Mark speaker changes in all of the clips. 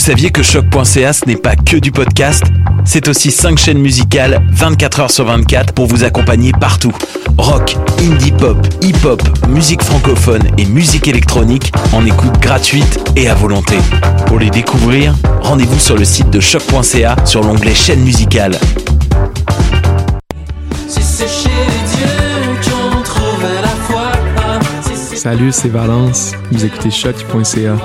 Speaker 1: saviez que choc.ca ce n'est pas que du podcast? C'est aussi 5 chaînes musicales 24 heures sur 24 pour vous accompagner partout. Rock, indie pop, hip-hop, musique francophone et musique électronique en écoute gratuite et à volonté. Pour les découvrir, rendez-vous sur le site de choc.ca sur l'onglet chaîne musicale.
Speaker 2: Salut, c'est Valence. Vous écoutez choc.ca.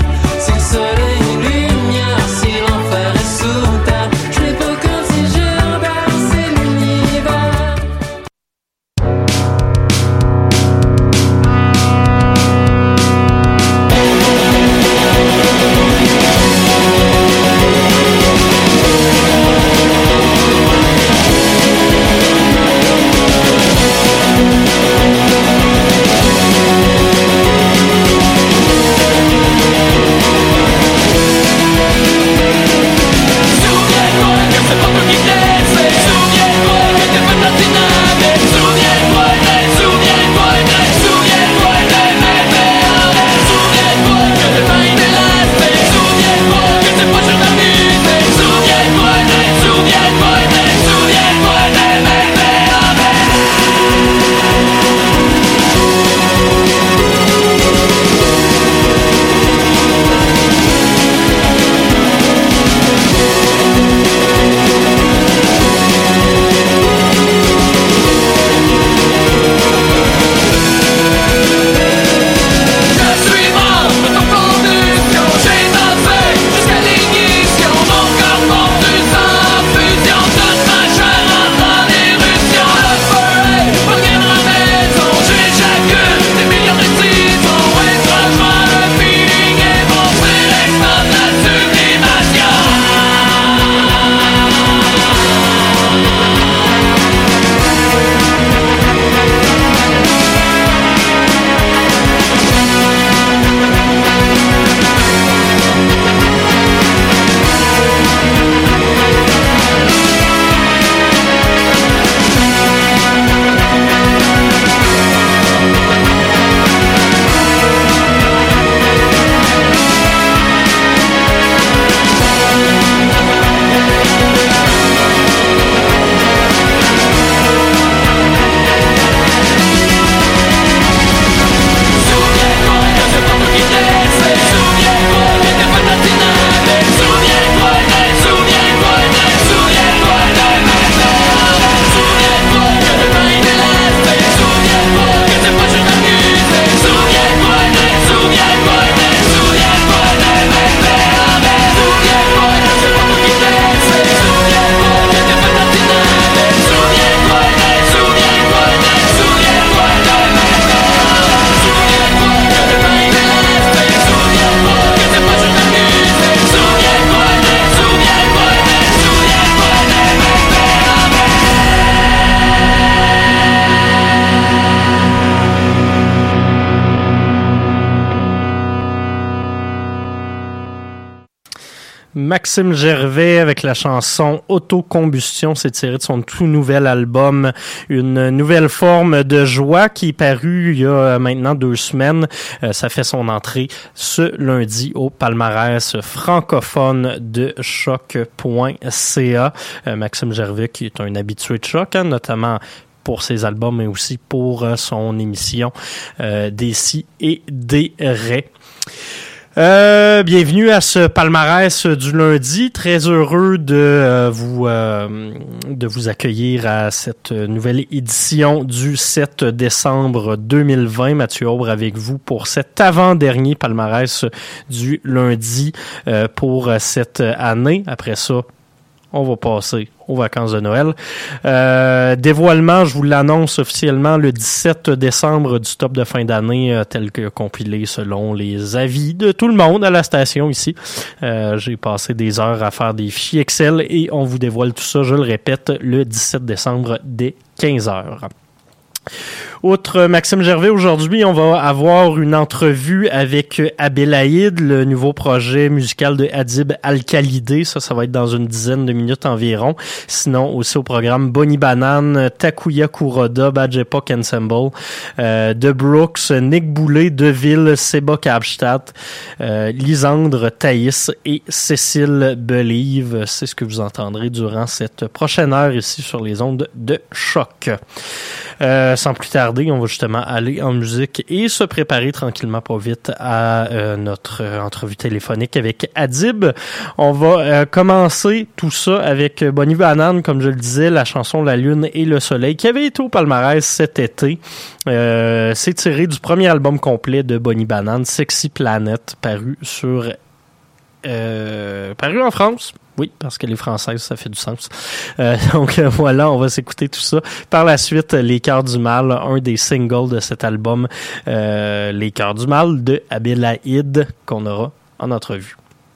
Speaker 3: Maxime Gervais avec la chanson Autocombustion, c'est tiré de son tout nouvel album, une nouvelle forme de joie qui est parue il y a maintenant 2 semaines. Ça fait son entrée ce lundi au palmarès francophone de choc.ca. Maxime Gervais qui est un habitué de Choc, hein, notamment pour ses albums mais aussi pour son émission des si et des ré. Bienvenue à ce palmarès du lundi. Très heureux de vous accueillir à cette nouvelle édition du 7 décembre 2020. Mathieu Aubre avec vous pour cet avant-dernier palmarès du lundi pour cette année. Après ça, on va passer aux vacances de Noël. Dévoilement, je vous l'annonce officiellement, le 17 décembre du top de fin d'année, tel que compilé selon les avis de tout le monde à la station ici. J'ai passé des heures à faire des fichiers Excel et on vous dévoile tout ça, je le répète, le 17 décembre dès 15h. Outre Maxime Gervais, aujourd'hui, on va avoir une entrevue avec Abélaïd, le nouveau projet musical de Adib Al-Khalidé. Ça va être dans une dizaine de minutes environ. Sinon, aussi au programme Bonnie Banane, Takuya Kuroda, Bad Epoch Ensemble, The Brooks, Nick Boulay, Deville, Seba Kapstadt, Lisandre Thaïs et Cécile Believe. C'est ce que vous entendrez durant cette prochaine heure ici sur les ondes de Choc. Sans plus tarder, on va justement aller en musique et se préparer tranquillement pas vite à notre entrevue téléphonique avec Adib. On va commencer tout ça avec Bonnie Banane, comme je le disais, la chanson La Lune et le Soleil, qui avait été au palmarès cet été. C'est tiré du premier album complet de Bonnie Banane, Sexy Planet, paru en France. Oui, parce qu'elle est française, ça fait du sens. Donc voilà, on va s'écouter tout ça. Par la suite, Les Cœurs du Mal, un des singles de cet album, Les Cœurs du Mal de Abélaïd, qu'on aura en entrevue.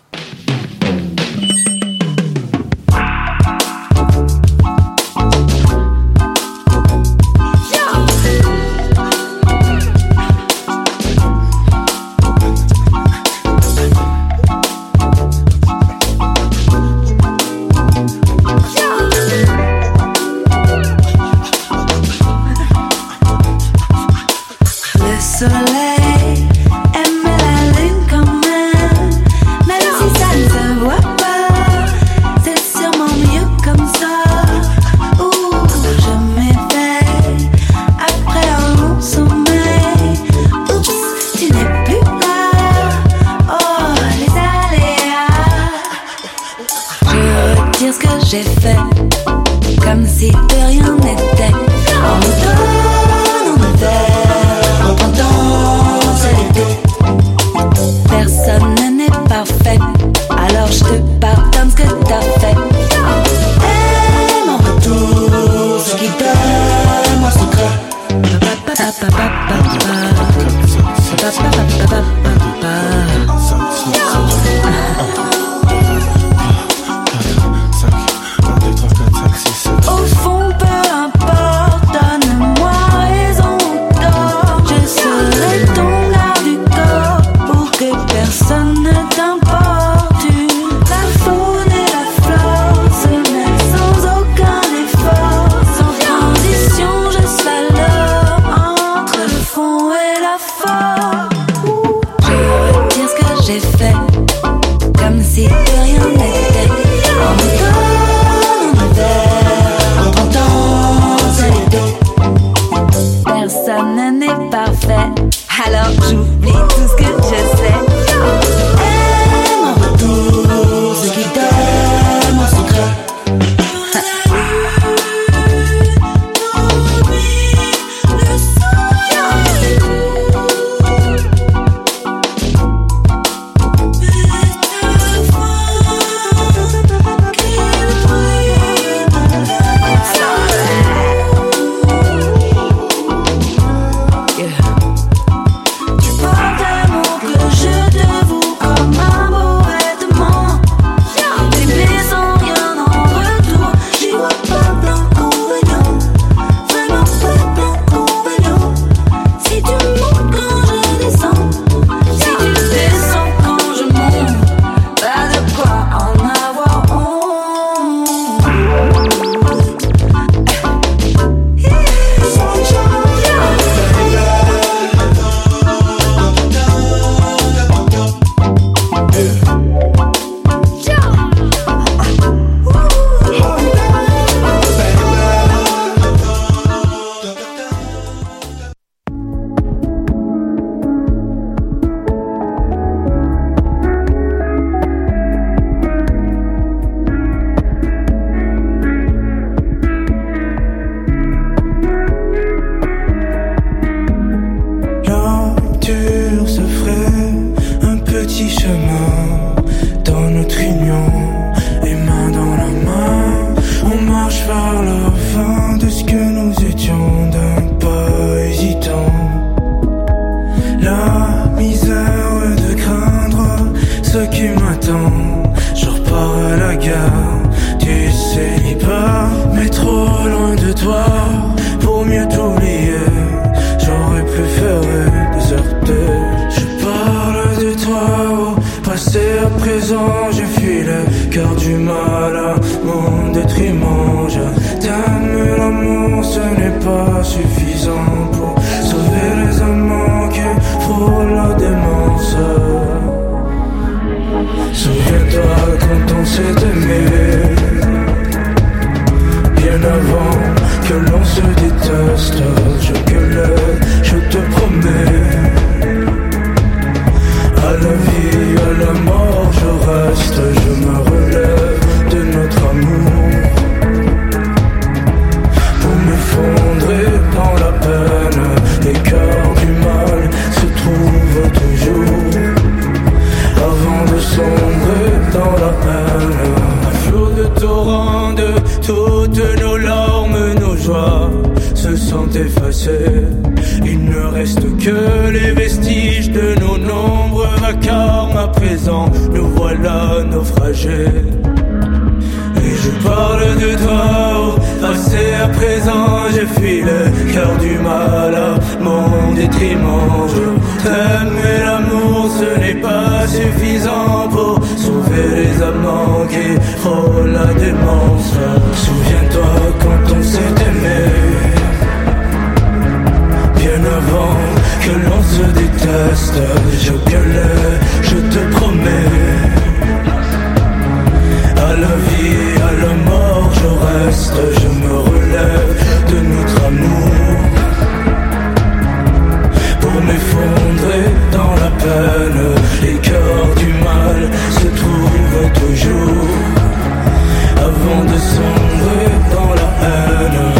Speaker 4: Soleil, aime la lune quand même, même si ça ne se voit pas, c'est sûrement mieux comme ça. Ouh, je m'éveille après un long sommeil. Oups, tu n'es plus là. Oh, les aléas. Je retire ce que j'ai fait, comme si de rien n'était. On me donne, on me verre, on danse l'été. Personne n'est parfait, alors je te pardonne ce que t'as fait. Et mon retour, ce qui donne mon secret. Au fond, peu importe, donne-moi raison ou tort. Je serai ton garde du corps pour que personne ne t'importune. La faune et la flore se mettent sans aucun effort. Sans transition, je salore entre le fond et la forme. Je retire ce que j'ai fait, comme si de rien n'était. On me donne, on me verre, on danse l'été. Personne n'est parfait, alors j'oublie tout ce que je sais. Et mon retour, ce qui donne mon secret.
Speaker 5: Je repars à la gare du célibat, mais trop loin de toi pour mieux t'oublier. pas suffisant pour sauver les amants qui frôlent la démence. Souviens-toi quand on s'est aimé, bien avant que l'on se déteste. Je te promets, à la vie, à la mort, je reste, je me relève de notre amour. Pour m'effondrer dans la peine, les cœurs du mal se trouvent toujours. Avant de sombrer dans la haine, un flot de torrents de toutes nos larmes, nos joies se sont effacées. Il ne reste que les vestiges de nos nombreux vacarmes. À présent, nous voilà naufragés. Et je parle de toi, au passé à présent. Je fuis le cœur du mal à mon détriment. Je t'aime et l'amour, ce n'est pas suffisant pour sauver les amants qui frôlent la démence. Souviens-toi quand on s'est aimé, bien avant que l'on se déteste. Je te promets, à la vie, à la mort, je reste, je me relève de notre amour. Pour m'effondrer dans la peine, les cœurs du mal se trouvent toujours. Avant de sombrer dans la haine,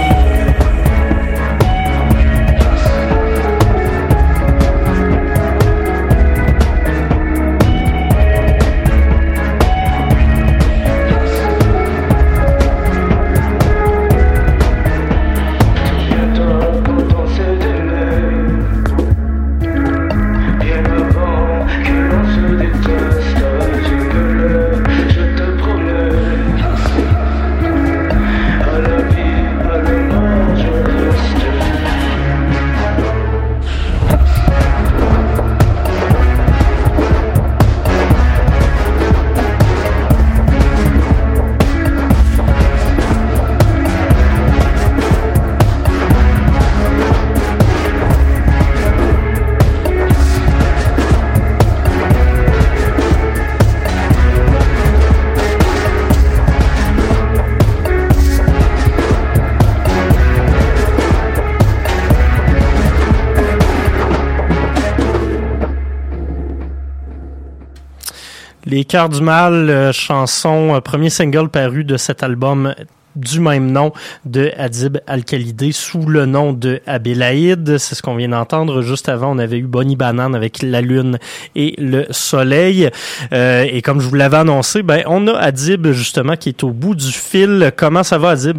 Speaker 3: Les Cœurs du Mal, chanson, premier single paru de cet album du même nom de Hadib Al-Khalidé sous le nom de Abélaïd. C'est ce qu'on vient d'entendre. Juste avant, on avait eu Bonnie Banane avec La Lune et le Soleil. Et comme je vous l'avais annoncé, on a Hadib justement qui est au bout du fil. Comment ça va, Hadib?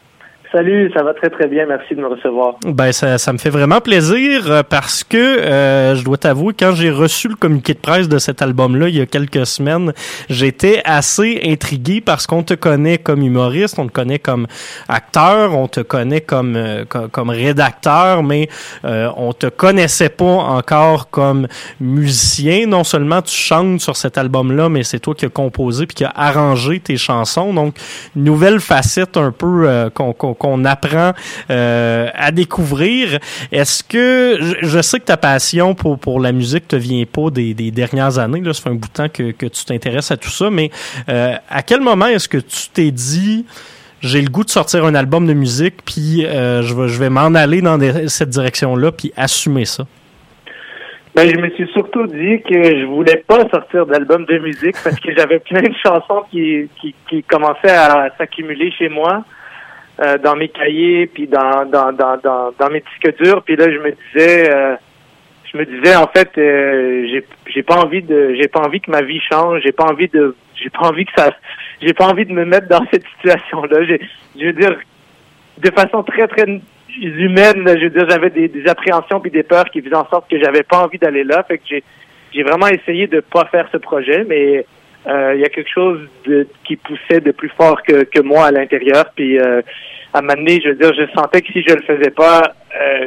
Speaker 6: Salut, ça va très très bien, merci de me recevoir.
Speaker 3: Ça me fait vraiment plaisir parce que je dois t'avouer, quand j'ai reçu le communiqué de presse de cet album-là il y a quelques semaines, j'étais assez intrigué parce qu'on te connaît comme humoriste, on te connaît comme acteur, on te connaît comme rédacteur, mais on te connaissait pas encore comme musicien. Non seulement tu chantes sur cet album-là, mais c'est toi qui as composé puis qui as arrangé tes chansons. Donc, nouvelle facette un peu qu'on apprend à découvrir. Est-ce que je sais que ta passion pour la musique te vient pas des dernières années, là, ça fait un bout de temps que tu t'intéresses à tout ça, mais à quel moment est-ce que tu t'es dit j'ai le goût de sortir un album de musique puis je vais m'en aller dans cette direction-là puis assumer ça?
Speaker 6: Je me suis surtout dit que je voulais pas sortir d'album de musique parce que j'avais plein de chansons qui commençaient à s'accumuler chez moi. Dans mes cahiers puis dans mes disques durs, puis là je me disais en fait j'ai pas envie que ma vie change, j'ai pas envie de me mettre dans cette situation là. Je veux dire de façon très très humaine, je veux dire j'avais des appréhensions puis des peurs qui faisaient en sorte que j'avais pas envie d'aller là, fait que j'ai vraiment essayé de pas faire ce projet, mais il y a quelque chose qui poussait de plus fort que moi à l'intérieur, puis à un moment donné, je veux dire, je sentais que si je le faisais pas,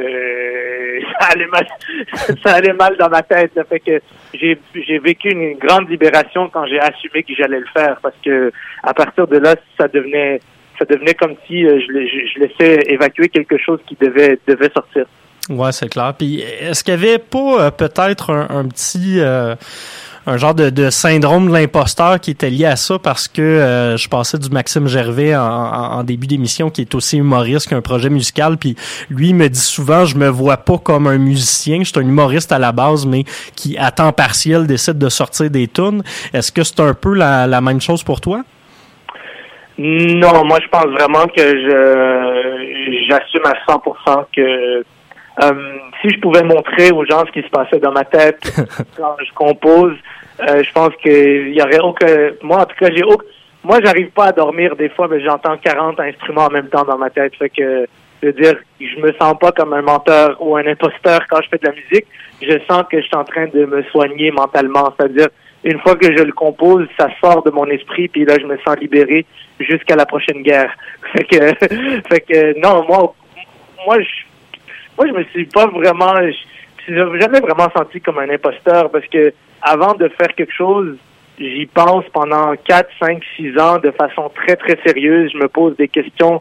Speaker 6: ça allait mal dans ma tête. Ça fait que j'ai vécu une grande libération quand j'ai assumé que j'allais le faire, parce que à partir de là, ça devenait ça devenait comme si je laissais évacuer quelque chose qui devait sortir.
Speaker 3: Ouais, c'est clair. Puis est-ce qu'il y avait pas peut-être un petit un genre de syndrome de l'imposteur qui était lié à ça parce que je passais du Maxime Gervais en début d'émission qui est aussi humoriste qu'un projet musical, puis lui me dit souvent je me vois pas comme un musicien, je suis un humoriste à la base mais qui à temps partiel décide de sortir des tunes. Est-ce que c'est un peu la même chose pour toi?
Speaker 6: Non, moi je pense vraiment que j'assume à 100% que si je pouvais montrer aux gens ce qui se passait dans ma tête quand je compose, je pense qu'il y aurait aucun... Moi, en tout cas, moi, j'arrive pas à dormir des fois, mais j'entends 40 instruments en même temps dans ma tête. Fait que, je veux dire, je me sens pas comme un menteur ou un imposteur quand je fais de la musique. Je sens que je suis en train de me soigner mentalement. C'est-à-dire, une fois que je le compose, ça sort de mon esprit, puis là, je me sens libéré jusqu'à la prochaine guerre. Fait que non, moi, je me suis pas vraiment, je me jamais vraiment senti comme un imposteur parce que avant de faire quelque chose, j'y pense pendant 4, 5, 6 ans de façon très, très sérieuse. Je me pose des questions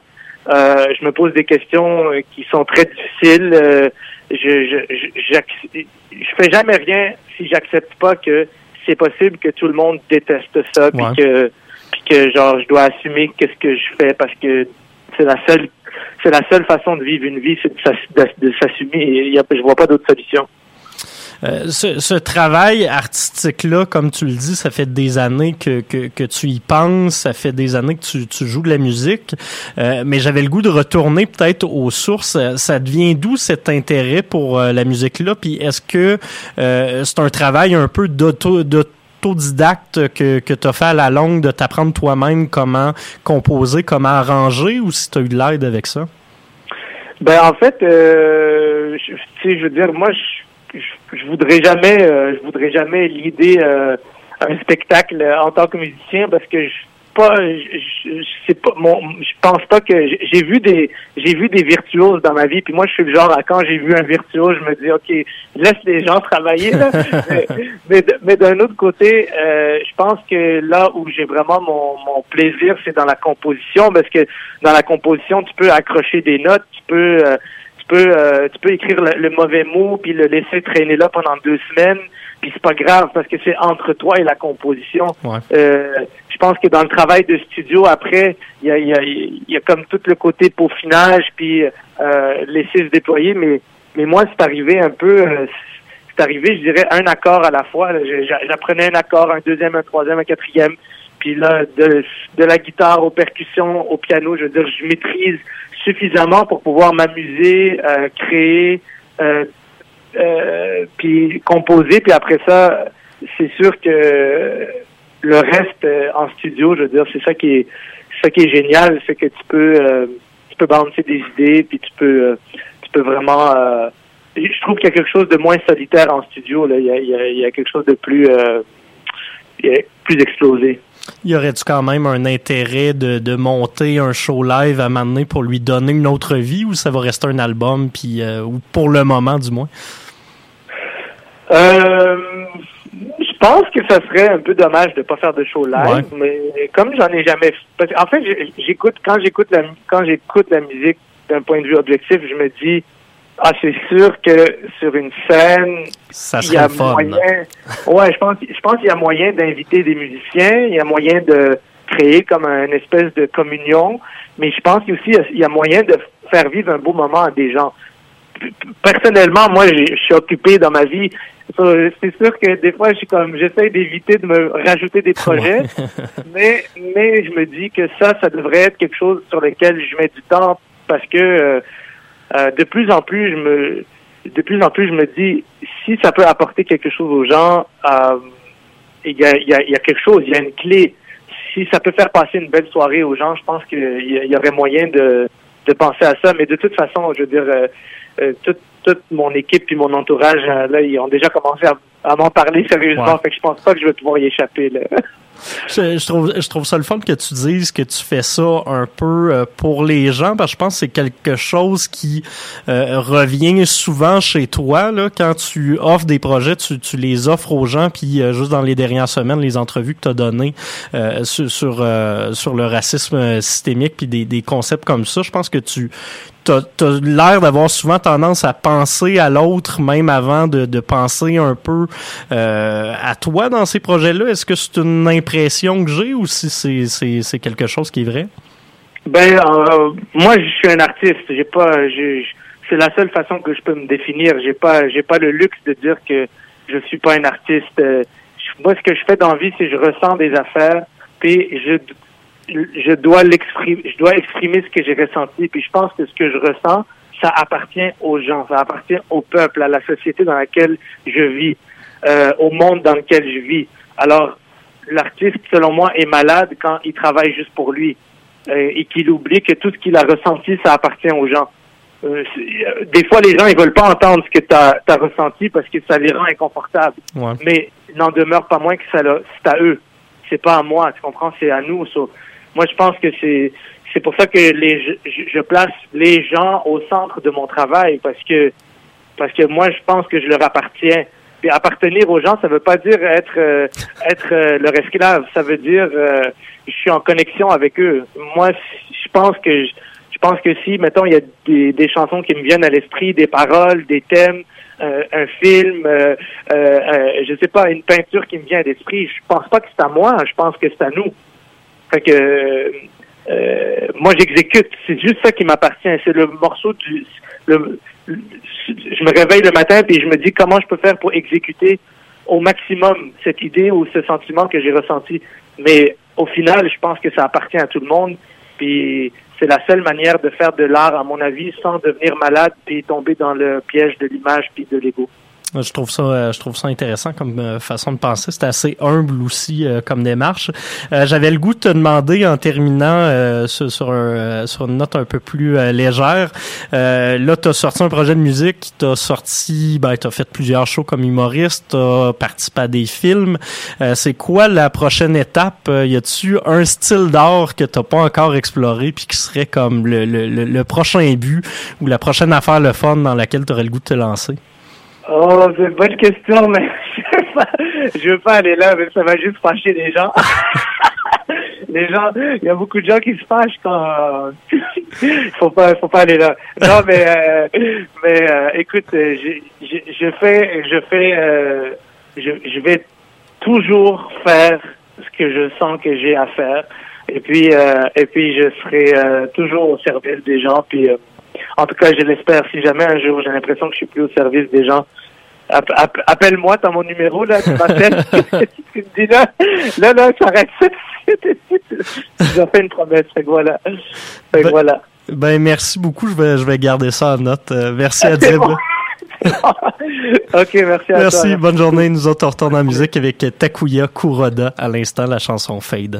Speaker 6: qui sont très difficiles. Je fais jamais rien si j'accepte pas que c'est possible que tout le monde déteste ça, puis que genre je dois assumer qu'est-ce que je fais parce que c'est la seule façon de vivre une vie, c'est de s'assumer. Je vois pas d'autre solution.
Speaker 3: Ce travail artistique-là, comme tu le dis, ça fait des années que tu y penses, ça fait des années que tu joues de la musique, mais j'avais le goût de retourner peut-être aux sources. Ça devient d'où cet intérêt pour la musique-là? Puis est-ce que c'est un travail un peu d'autodidacte que tu as fait à la longue, de t'apprendre toi-même comment composer, comment arranger, ou si tu as eu de l'aide avec ça?
Speaker 6: Ben en fait, je veux dire, moi, je voudrais jamais l'idée un spectacle en tant que musicien parce que je pense pas que j'ai vu des virtuoses dans ma vie, puis moi je suis le genre à quand j'ai vu un virtuose, je me dis OK, laisse les gens travailler là. mais d'un autre côté, je pense que là où j'ai vraiment mon plaisir, c'est dans la composition, parce que dans la composition, tu peux accrocher des notes, tu peux écrire le mauvais mot puis le laisser traîner là pendant 2 semaines, puis c'est pas grave parce que c'est entre toi et la composition. Ouais. Je pense que dans le travail de studio après, il y a comme tout le côté peaufinage puis laisser se déployer, mais moi c'est arrivé, je dirais un accord à la fois. J'apprenais un accord, un deuxième, un troisième, un quatrième. Puis là, de la guitare aux percussions, au piano, je veux dire, je maîtrise suffisamment pour pouvoir m'amuser, créer, puis composer. Puis après ça, c'est sûr que le reste en studio, je veux dire, c'est ça qui est génial, c'est que tu peux bouncer des idées, puis tu peux vraiment. Je trouve qu'il y a quelque chose de moins solitaire en studio. Là, il y a quelque chose de plus explosé.
Speaker 3: Y aurait-tu quand même un intérêt de monter un show live à m'amener pour lui donner une autre vie, ou ça va rester un album, puis ou pour le moment du moins?
Speaker 6: Je pense que ça serait un peu dommage de pas faire de show live, mais comme j'en ai jamais fait, en fait, quand j'écoute la musique d'un point de vue objectif, je me dis c'est sûr que sur une scène, il y a moyen. Ouais, je pense qu'il y a moyen d'inviter des musiciens, il y a moyen de créer comme une espèce de communion, mais je pense aussi il y a moyen de faire vivre un beau moment à des gens. Personnellement, moi, je suis occupé dans ma vie. C'est sûr que des fois, j'essaie d'éviter de me rajouter des projets, mais je me dis que ça devrait être quelque chose sur lequel je mets du temps parce que de plus en plus, je me dis, si ça peut apporter quelque chose aux gens, il y a quelque chose, il y a une clé. Si ça peut faire passer une belle soirée aux gens, je pense qu'il y aurait moyen de penser à ça. Mais de toute façon, je veux dire, toute mon équipe et mon entourage, là, ils ont déjà commencé à m'en parler sérieusement. Ouais. Fait que je pense pas que je vais pouvoir y échapper, là.
Speaker 3: Je trouve ça le fun que tu dises que tu fais ça un peu pour les gens, parce que je pense que c'est quelque chose qui revient souvent chez toi, là, quand tu offres des projets, tu les offres aux gens, puis juste dans les dernières semaines, les entrevues que tu as données sur le racisme systémique, puis des concepts comme ça, je pense que t'as l'air d'avoir souvent tendance à penser à l'autre, même avant de penser un peu à toi dans ces projets-là. Est-ce que c'est une impression que j'ai ou si c'est quelque chose qui est vrai?
Speaker 6: Moi, je suis un artiste. C'est la seule façon que je peux me définir. J'ai pas le luxe de dire que je suis pas un artiste. Moi, ce que je fais dans la vie, c'est que je ressens des affaires, puis je dois exprimer ce que j'ai ressenti, puis je pense que ce que je ressens, ça appartient aux gens, ça appartient au peuple, à la société dans laquelle je vis, au monde dans lequel je vis. Alors, l'artiste, selon moi, est malade quand il travaille juste pour lui et qu'il oublie que tout ce qu'il a ressenti, ça appartient aux gens. Des fois, les gens, ils veulent pas entendre ce que t'as ressenti parce que ça les rend inconfortables.
Speaker 3: Ouais.
Speaker 6: Mais il n'en demeure pas moins que c'est à eux. C'est pas à moi, tu comprends? C'est à nous. Moi, je pense que c'est pour ça que je place les gens au centre de mon travail parce que moi, je pense que je leur appartiens. Puis appartenir aux gens, ça veut pas dire être leur esclave. Ça veut dire je suis en connexion avec eux. Moi, je pense que si, mettons, il y a des chansons qui me viennent à l'esprit, des paroles, des thèmes, un film, je sais pas, une peinture qui me vient à l'esprit, je pense pas que c'est à moi, je pense que c'est à nous. Fait que moi j'exécute, c'est juste ça qui m'appartient, c'est le morceau je me réveille le matin et je me dis comment je peux faire pour exécuter au maximum cette idée ou ce sentiment que j'ai ressenti. Mais au final, je pense que ça appartient à tout le monde. Puis c'est la seule manière de faire de l'art, à mon avis, sans devenir malade puis tomber dans le piège de l'image puis de l'ego.
Speaker 3: Je trouve ça intéressant comme façon de penser. C'est assez humble aussi comme démarche. J'avais le goût de te demander en terminant sur une note un peu plus légère. Là, tu as sorti un projet de musique, tu as fait plusieurs shows comme humoriste, tu as participé à des films. C'est quoi la prochaine étape? Y a-tu un style d'art que tu n'as pas encore exploré puis qui serait comme le prochain but ou la prochaine affaire le fun dans laquelle tu aurais le goût de te lancer?
Speaker 6: Oh, c'est une bonne question, mais je veux pas aller là, mais ça va juste fâcher les gens. Les gens, il y a beaucoup de gens qui se fâchent quand faut pas aller là. Non, mais écoute, je vais toujours faire ce que je sens que j'ai à faire, et puis je serai toujours au service des gens, puis en tout cas, je l'espère. Si jamais un jour j'ai l'impression que je suis plus au service des gens, appelle-moi, t'as mon numéro, là, tu m'appelles, tu me dis là, ça reste. J'ai fait une promesse, fait que voilà. Voilà.
Speaker 3: Ben, merci beaucoup, je vais garder ça en note. Merci Adib.
Speaker 6: Bon. Ok, merci à toi.
Speaker 3: Merci, bonne journée. Nous autres, on retourne en musique avec Takuya Kuroda, à l'instant, la chanson Fade.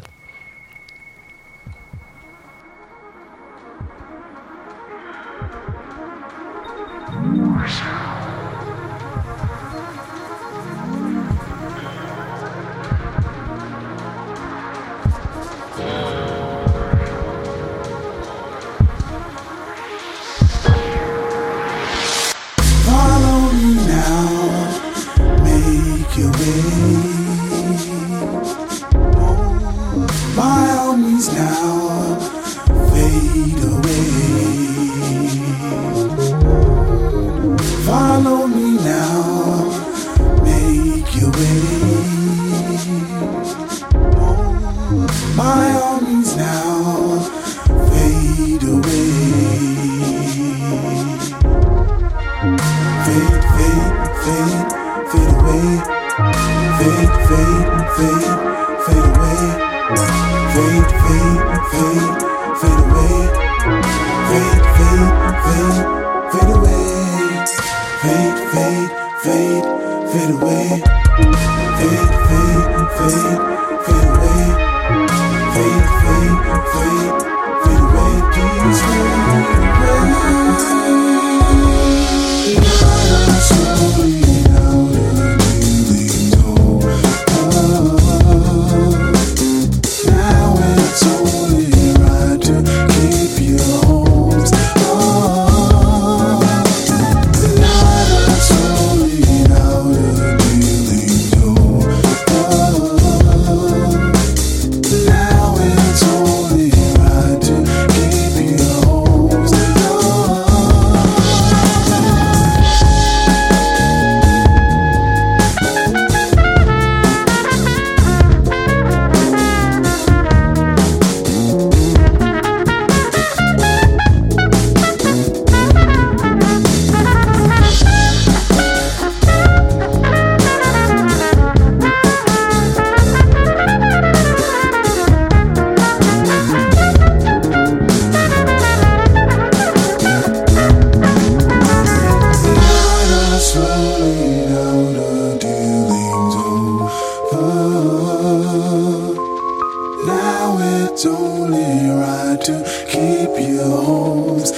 Speaker 5: keep your hopes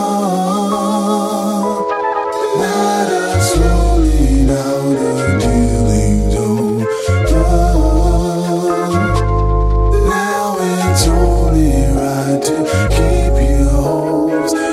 Speaker 5: up. Night out slowly now the dealing don't come. Now it's only right to keep your hopes up.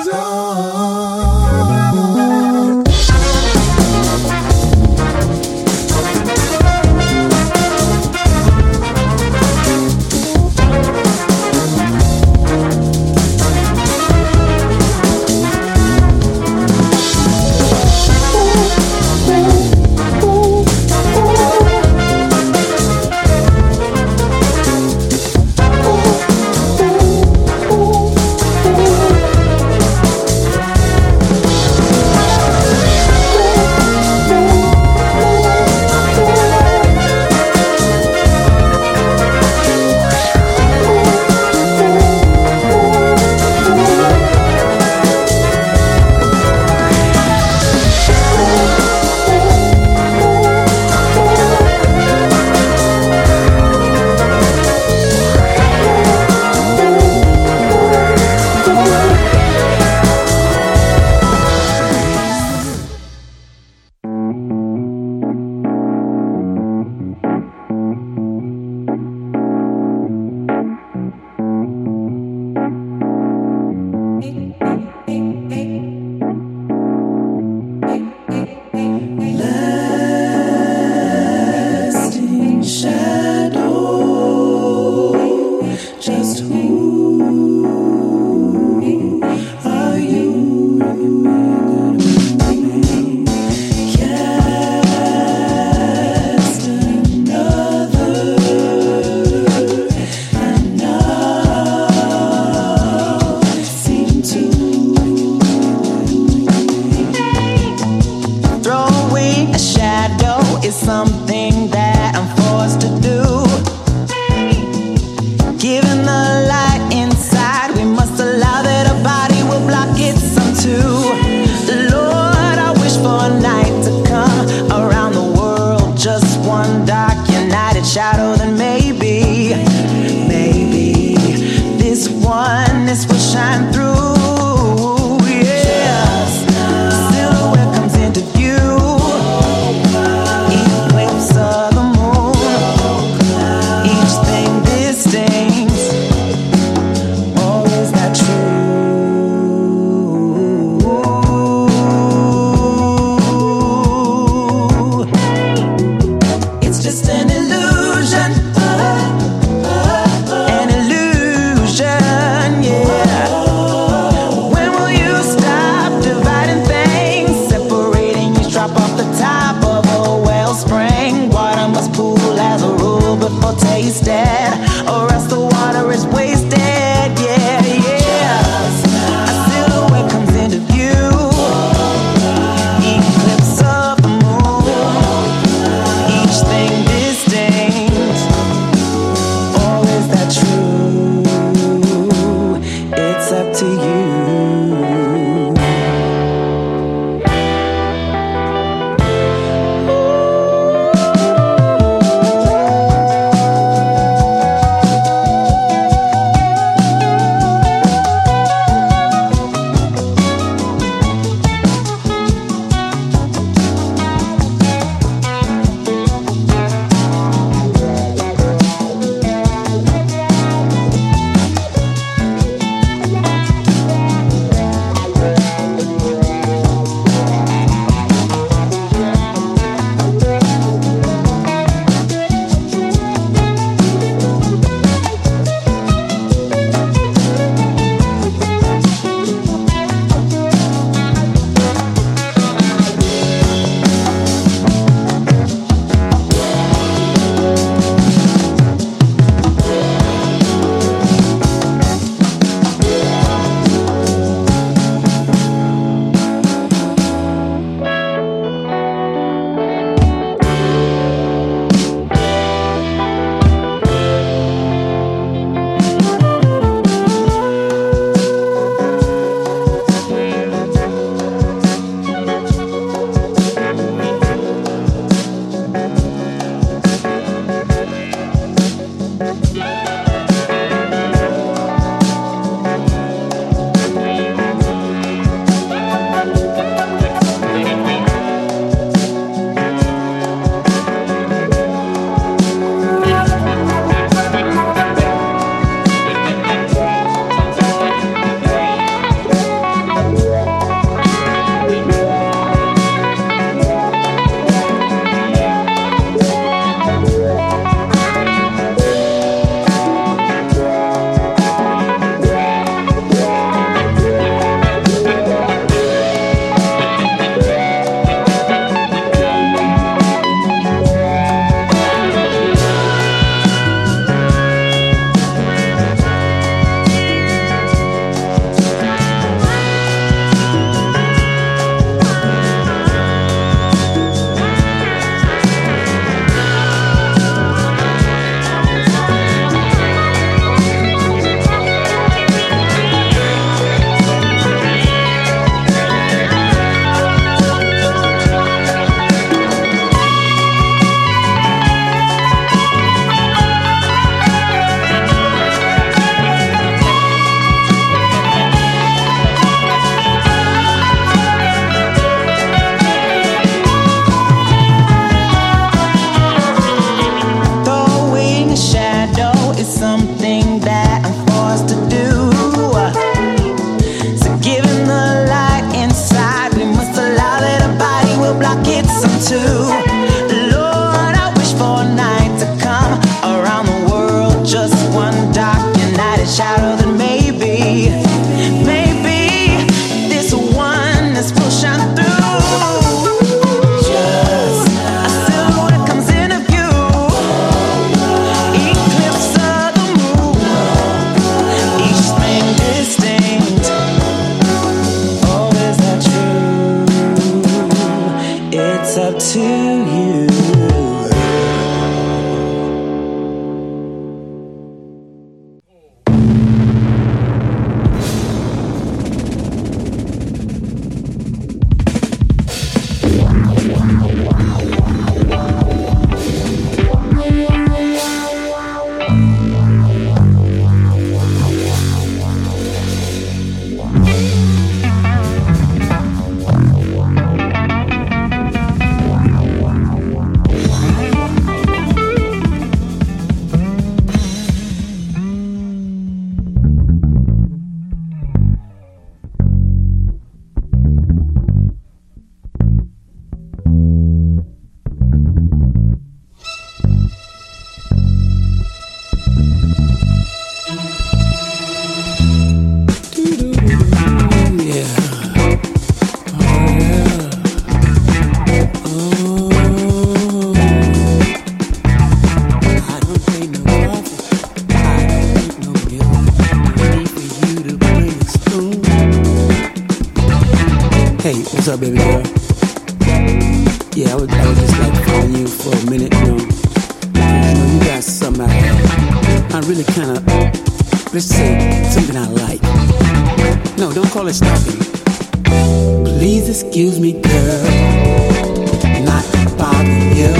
Speaker 7: Hey, what's up, baby girl? Yeah, I would just like calling you for a minute, you know. You got something I really kind of, let's say, something I like. No, don't call it stalking. Please excuse me, girl, not bothering you.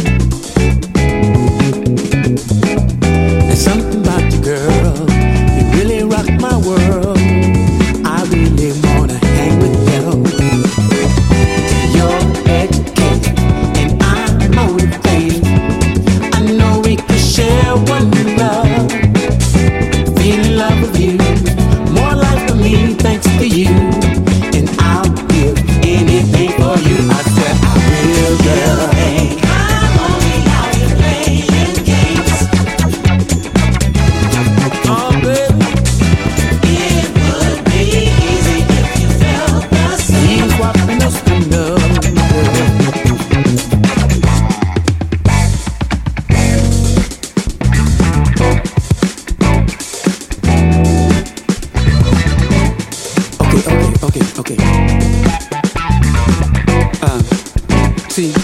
Speaker 7: There's something about you, girl, you really rock my world. I really wanna hang with you. You're educated and I'm motivated. I know we could share one love. Feel in love with you, more life for me thanks to you. And I'll give anything for you. I swear I will, girl. Hey, I'm only out here playing games. Oh, baby. It would be easy if you felt the same. You walking us to love. Okay. See,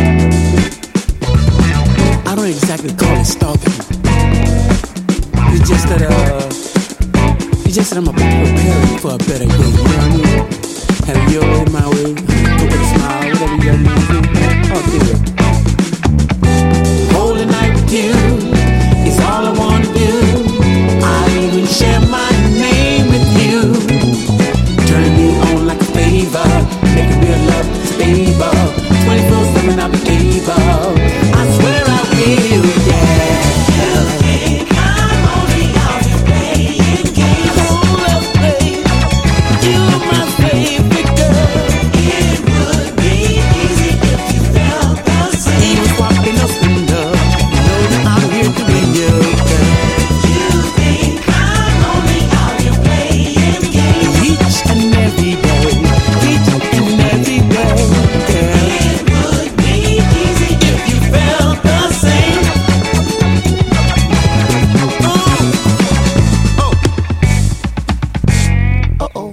Speaker 7: I don't exactly call it stalking. It's just that I'm preparing for a better day. You know what I mean? Have your way, my way. Go with a smile, whatever you gotta do. Okay. Whole night with you is all I wanna do. I'll even share my name with you. Turn me on like a favor, make real love stable. 24/7 I'll be able. I swear I will, yeah. You think I'm only out here playing games? Hold up, babe, you're my favorite girl. It would be easy if you felt the same. Even walking up in love, you know that I'm here to be your girl. You think I'm only out here playing games? Each and every day, each and every way, girl. It would be easy if you felt the same. Uh-oh.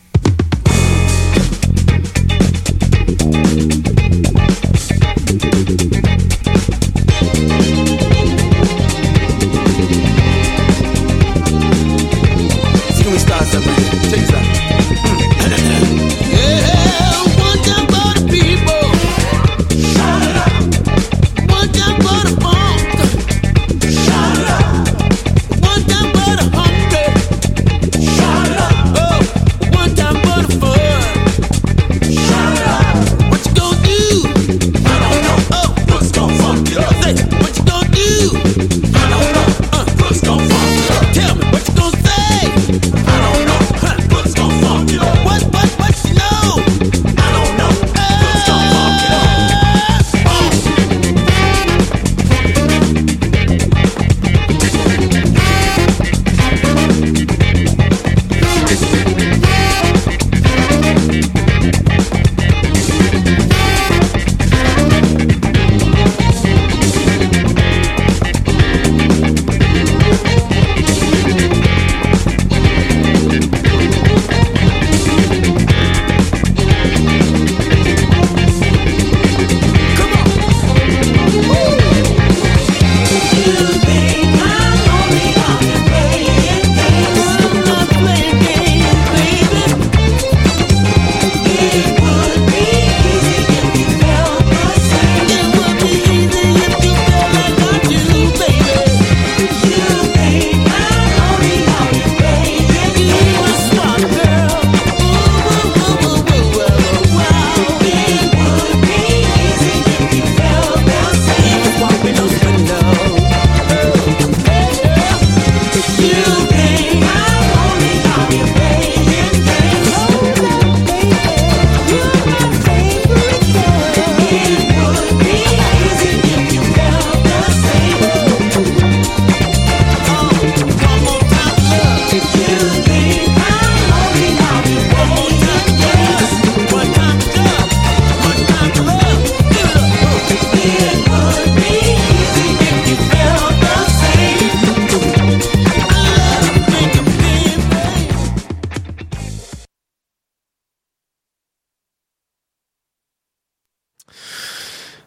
Speaker 7: See, can we start something? Check this out. Yeah, one time for the people. Shout it out. One time for the funk. Shout it out. One time for the hungry. Shout it out. Oh, one time for the fun. Shout it out. What you gonna do? I don't know. Oh, what's gonna funk it up? Say, what you gonna do? I don't know. What's gonna funk it up? Tell me what you gonna say. I don't know. What's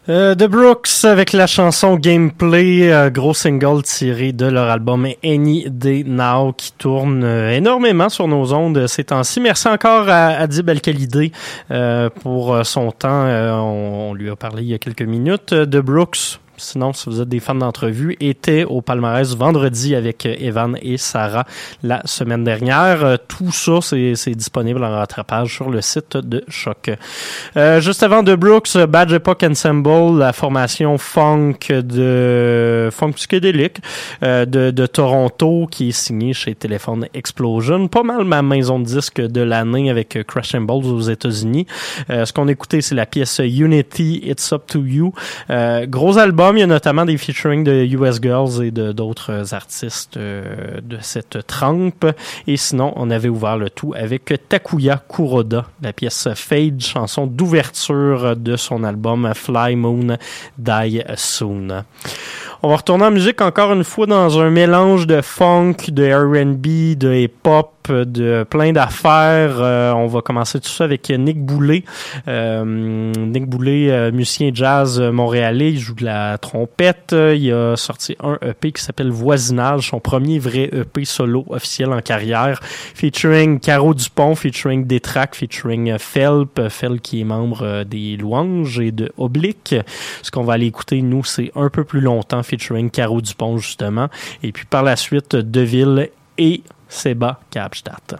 Speaker 3: The Brooks avec la chanson Gameplay, gros single tiré de leur album Any Day Now qui tourne énormément sur nos ondes ces temps-ci. Merci encore à Adib El-Khalidé pour son temps. On lui a parlé il y a quelques minutes. The Brooks, sinon, si vous êtes des fans d'entrevue, était au palmarès vendredi avec Evan et Sarah la semaine dernière. Tout ça, c'est disponible en rattrapage sur le site de Choc. Juste avant The Brooks, Bad Epoch Ensemble, la formation funk psychédélique de Toronto qui est signée chez Telephone Explosion. Pas mal ma maison de disques de l'année avec Crash Cymbals aux États-Unis. Ce qu'on a écouté, c'est la pièce Unity, It's Up to You. Gros album. Il y a notamment des featuring de US Girls et de d'autres artistes de cette trempe. Et sinon, on avait ouvert le tout avec Takuya Kuroda, la pièce Fade, chanson d'ouverture de son album Fly Moon Die Soon. On va retourner en musique encore une fois dans un mélange de funk, de R&B, de hip-hop, de plein d'affaires. On va commencer tout ça avec Nick Boulay. Nick Boulay, musicien jazz montréalais, il joue de la trompette. Il a sorti un EP qui s'appelle Voisinage, son premier vrai EP solo officiel en carrière, featuring Caro Dupont, featuring Détrac, featuring Felp qui est membre des Louanges et de Oblique. Ce qu'on va aller écouter, nous, c'est un peu plus longtemps, featuring Caro Dupont, justement. Et puis par la suite, Deville et Seba Kapstadt.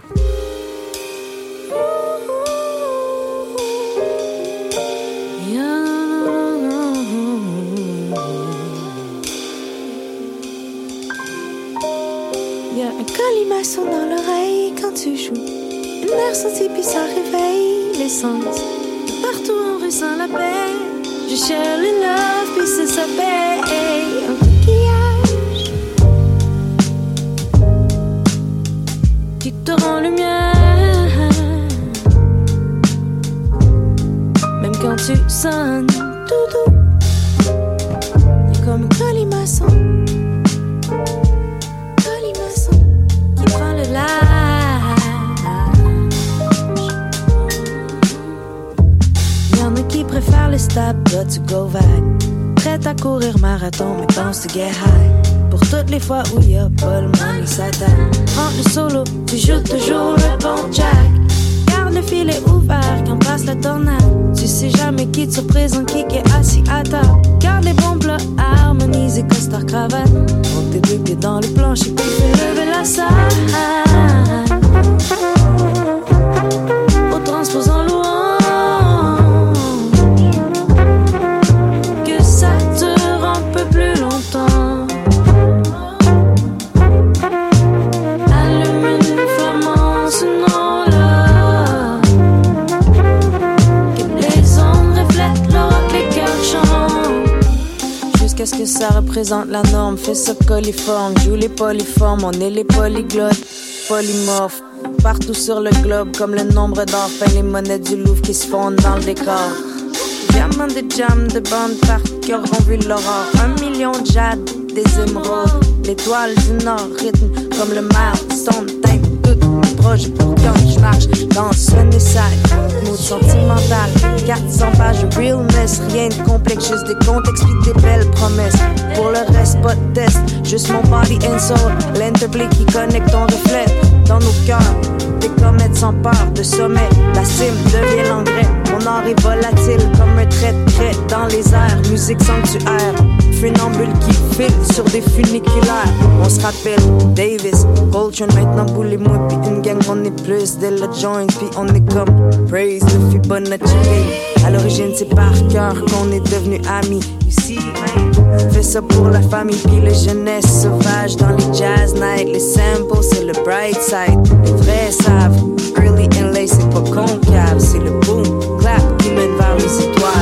Speaker 8: Y'a un colimaçon dans l'oreille quand tu joues. Une mer sentie puis ça réveille les sens. Partout on ressent la paix. Je cherche le love puis c'est sa paix. Un coquillage qui te rend le mien. Même quand tu sonnes tout doux. Y'a comme un colimaçon. Prends le large. Y'en a qui préfèrent le stop, but to go vague. Prête à courir marathon, mais pense to get high. Pour toutes les fois où y'a pas le money, ça t'aide. Prends le solo, tu joues toujours le bon jack. Garde le filet ouvert quand passe la tornade. Tu sais jamais qui te représente, qui est assis à table. Garde les bons plats harmonisés, costard cravate. Monte tes deux pieds dans le plancher, puis fais lever la salle. Au transposant louange, que ça dure un peu plus longtemps. Allume une flamme en ce nom-là, que les ondes reflètent l'or que les cœurs chantent. Jusqu'à ce que ça représente la norme, fais ça coliforme, joue les polyformes, on est les polyglottes, polymorphes. Partout sur le globe, comme le nombre d'or, peint les monnaies du Louvre qui se fondent dans le décor. Diamants de jam, de bandes par qui auront vu l'aurore. 1 million de jade, des émeraudes, l'étoile du Nord, rythme comme le milestone, teinte tout proche pour quand je marche dans ce side. Mood sentimental, 400 pages de realness, rien de complexe, juste des comptes, explique des belles promesses. Pour le reste, pas de test, juste mon body and soul, l'interplay qui connecte ton reflet dans nos cœurs. Des comètes s'emparent de sommet, la cime devient l'engrais. Mon art est volatile comme un trait de craie dans les airs. Musique sanctuaire, funambule qui file sur des funiculaires. On se rappelle Davis, Coltrane, maintenant Boule et moi. Puis une gang, on est plus de la joint. Puis on est comme Praise, le Fibonacci. À l'origine c'est par cœur qu'on est devenus amis. Ici, fais ça pour la famille puis la jeunesse sauvage. Dans les jazz nights, les samples c'est le bright side. Les vrais savent, early and late c'est pas concave. C'est le boom, clap qui mène vers les étoiles.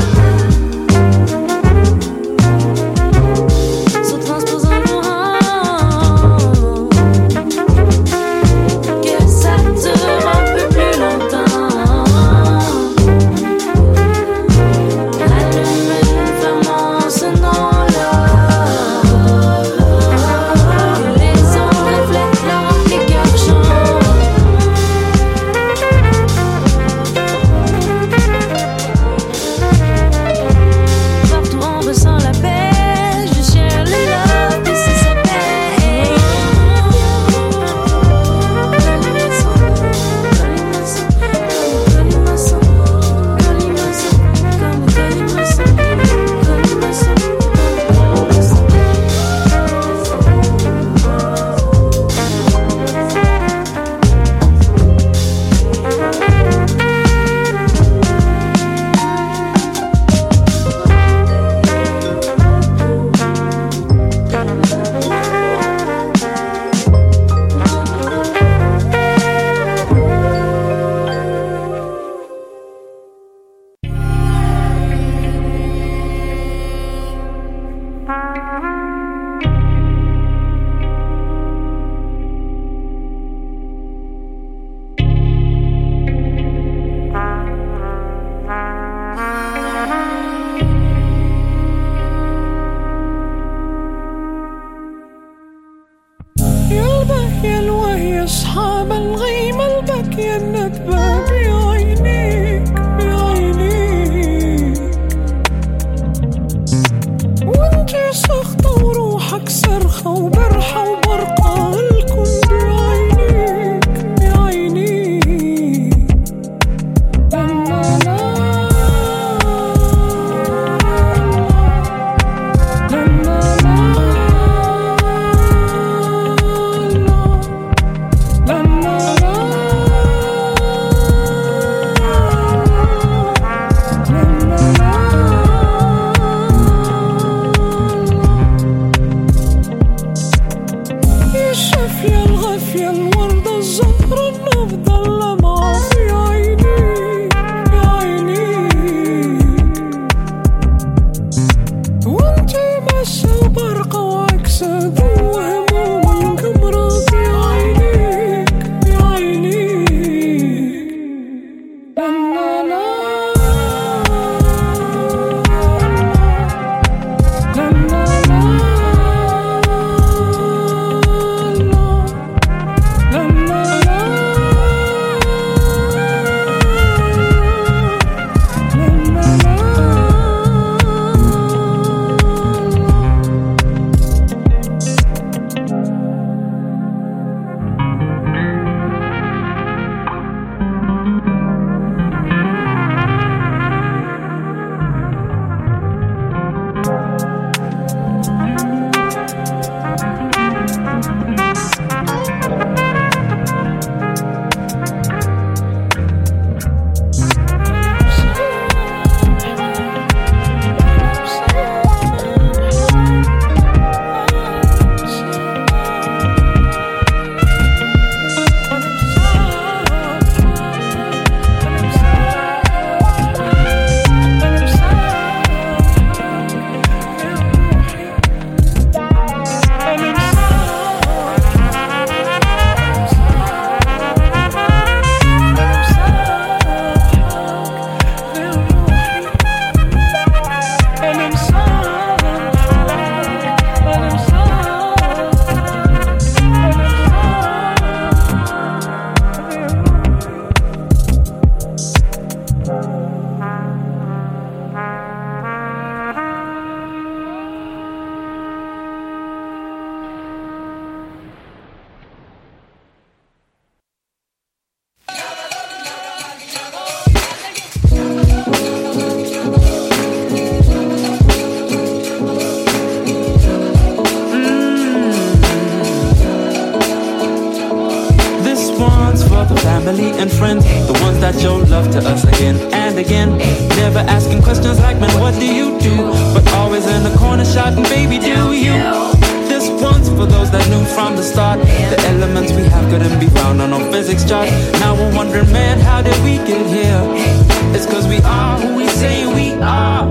Speaker 7: family and friends, the ones that show love to us again and again. Never asking questions like, man, what do you do? But always in the corner shouting, baby, do you? This one's for those that knew from the start the elements we have couldn't be found on no physics chart. Now we're wondering, man, how did we get here? It's cause we are who we say we are.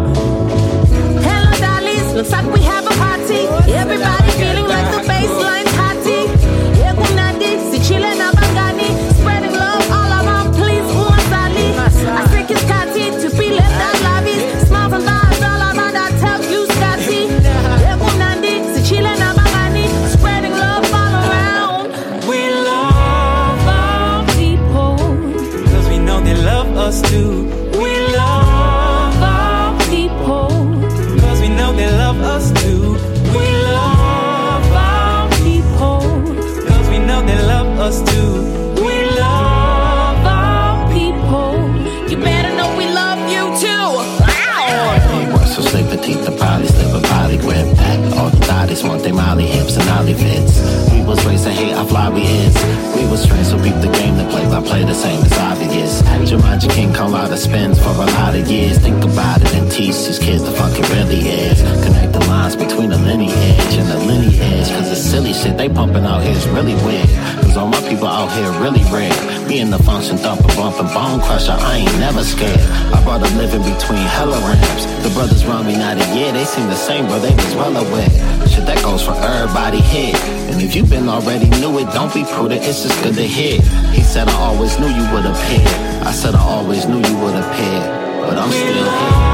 Speaker 8: Hello, dollies. Looks like we have a party. Everybody feeling like the bassline's hotty. Egunadi, si chile na bangani. Spreading love all around, please, uansali. I think it's Kati to be left out lobbies. Smile from vibes all around, I tell you, Scotty. Egunadi, si chile na bangani. Spreading love all around.
Speaker 7: We love our people, cause we know they love us too. We love our people, cause we know they love us too. We love our people, cause we know they love us too.
Speaker 8: We love our people. You better know we love you too. Wow.
Speaker 9: What's so sleep petite, the poly slip a poly grip. All the thotties want they molly hips and ollie fits. We was raised to hate how fly we is. We was trained so beat the game to play by play the same as obvious. Jumanji King call out of spins for a lot of years. Think about it and teach these kids the fuck it really is. Connect the lines between the lineage and the lineage. Cause the silly shit they pumping out here is really weird. Cause all my people out here really rare. Me and the function thumper bumping bone crusher, I ain't never scared. I brought a living between hella ramps. The brothers around me not a year, they seem the same, but they was well aware. Shit that goes for everybody here. And if you been already knew it, don't be prudent, it's just good to hear. He said I always knew you would appear. I said I always knew you would appear. But I'm still here.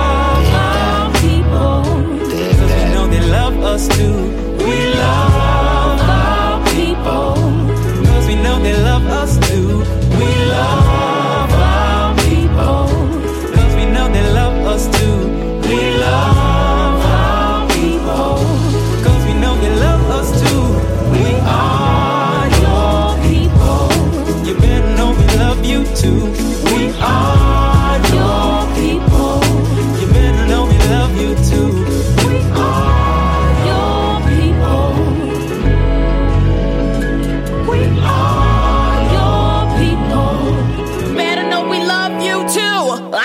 Speaker 7: Our people, cause we know they love us too. We love our people, cause we know they love us too. We love our people, cause we know they love us too. We love our people, cause we know they love us too. We are your people, you better know we love you too. We are your people, you better know we love you too. We are your people, we are your people,
Speaker 8: You better know we love you too. Wow.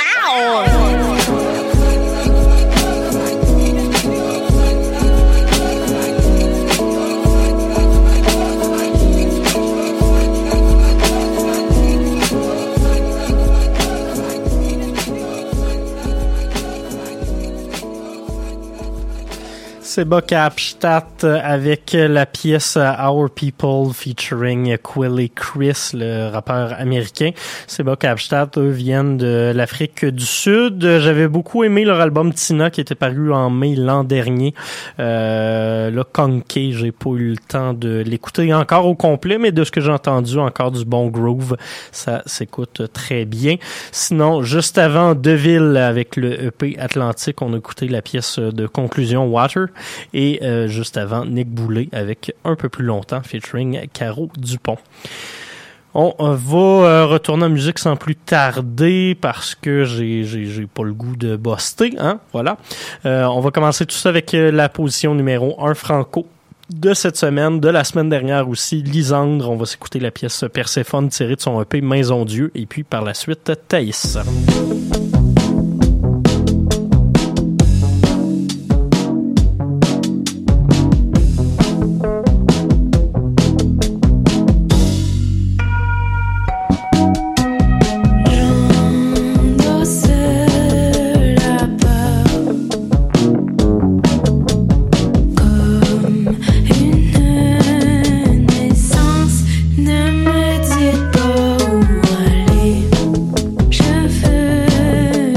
Speaker 3: Seba Kapstadt avec la pièce Our People featuring Quilly Chris, le rappeur américain. Seba Kapstadt, eux, viennent de l'Afrique du Sud. J'avais beaucoup aimé leur album Tina qui était paru en mai l'an dernier. Là, Conké, j'ai pas eu le temps de l'écouter encore au complet, mais de ce que j'ai entendu, encore du bon groove. Ça s'écoute très bien. Sinon, juste avant Deville avec le EP Atlantique, on a écouté la pièce de conclusion Water. Et juste avant, Nick Boulay avec un peu plus longtemps, featuring Caro Dupont. On va retourner en musique sans plus tarder parce que j'ai pas le goût de buster, hein, voilà. On va commencer tout ça avec la position numéro 1 franco de cette semaine, de la semaine dernière aussi, Lisandre. On va s'écouter la pièce Perséphone tirée de son EP Maison Dieu et puis par la suite Thaïs.
Speaker 4: Ne me dites pas où aller. Je veux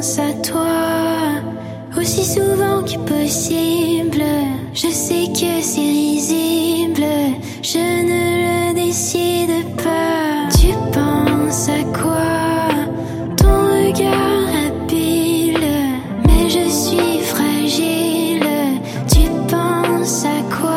Speaker 10: pense à toi aussi souvent que possible. Je sais que c'est risible, je ne le décide pas. Tu penses à quoi? Ton regard habile, mais je suis fragile. Tu penses à quoi?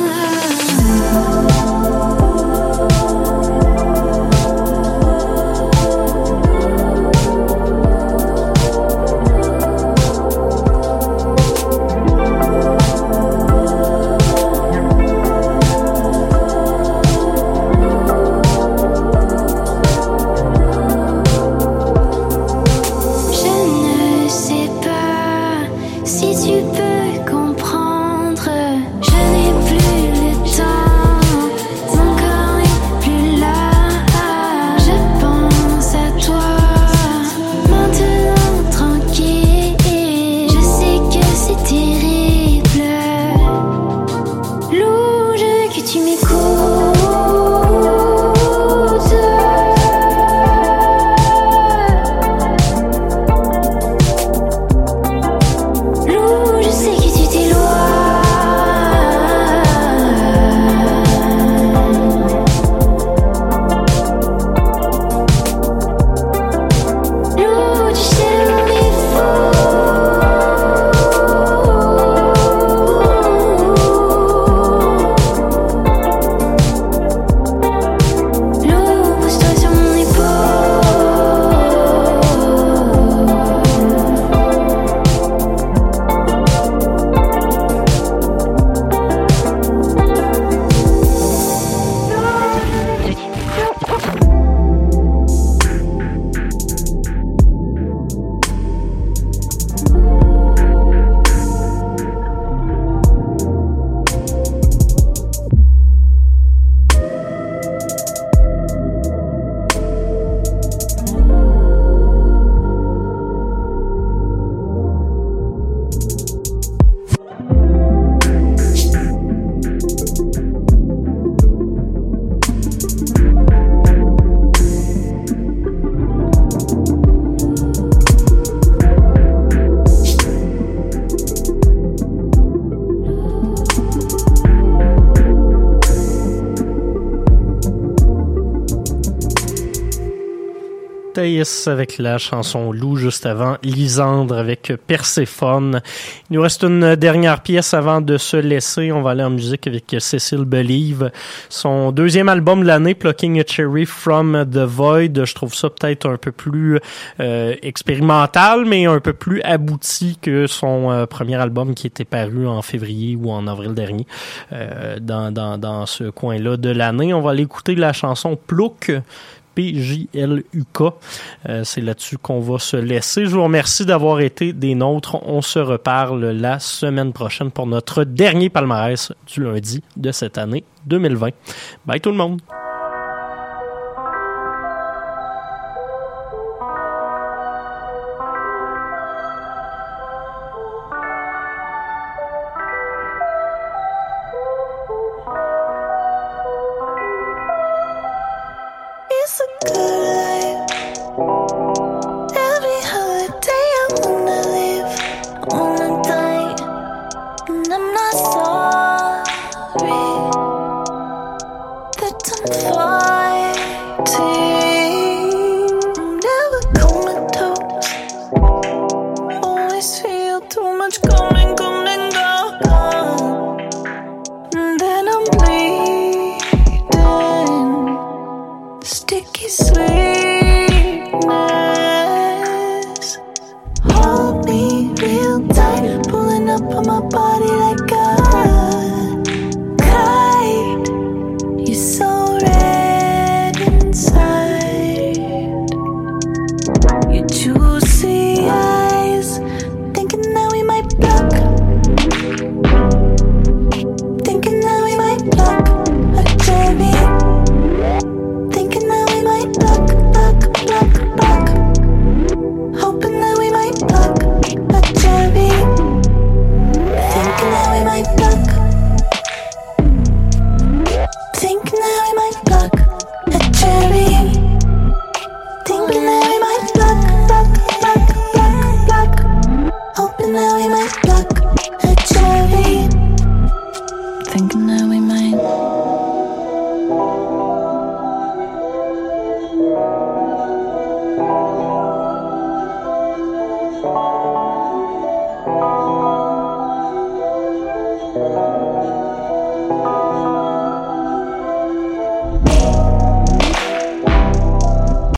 Speaker 3: Avec la chanson Loup juste avant, Lisandre avec Perséphone. Il nous reste une dernière pièce avant de se laisser. On va aller en musique avec Cécile Believe. Son deuxième album de l'année, Plucking a Cherry from the Void. Je trouve ça peut-être un peu plus expérimental, mais un peu plus abouti que son premier album qui était paru en février ou en avril dernier dans ce coin-là de l'année. On va aller écouter la chanson Plouk. PJLUK. C'est là-dessus qu'on va se laisser. Je vous remercie d'avoir été des nôtres. On se reparle la semaine prochaine pour notre dernier palmarès du lundi de cette année 2020. Bye tout le monde!
Speaker 10: Sticky sweet.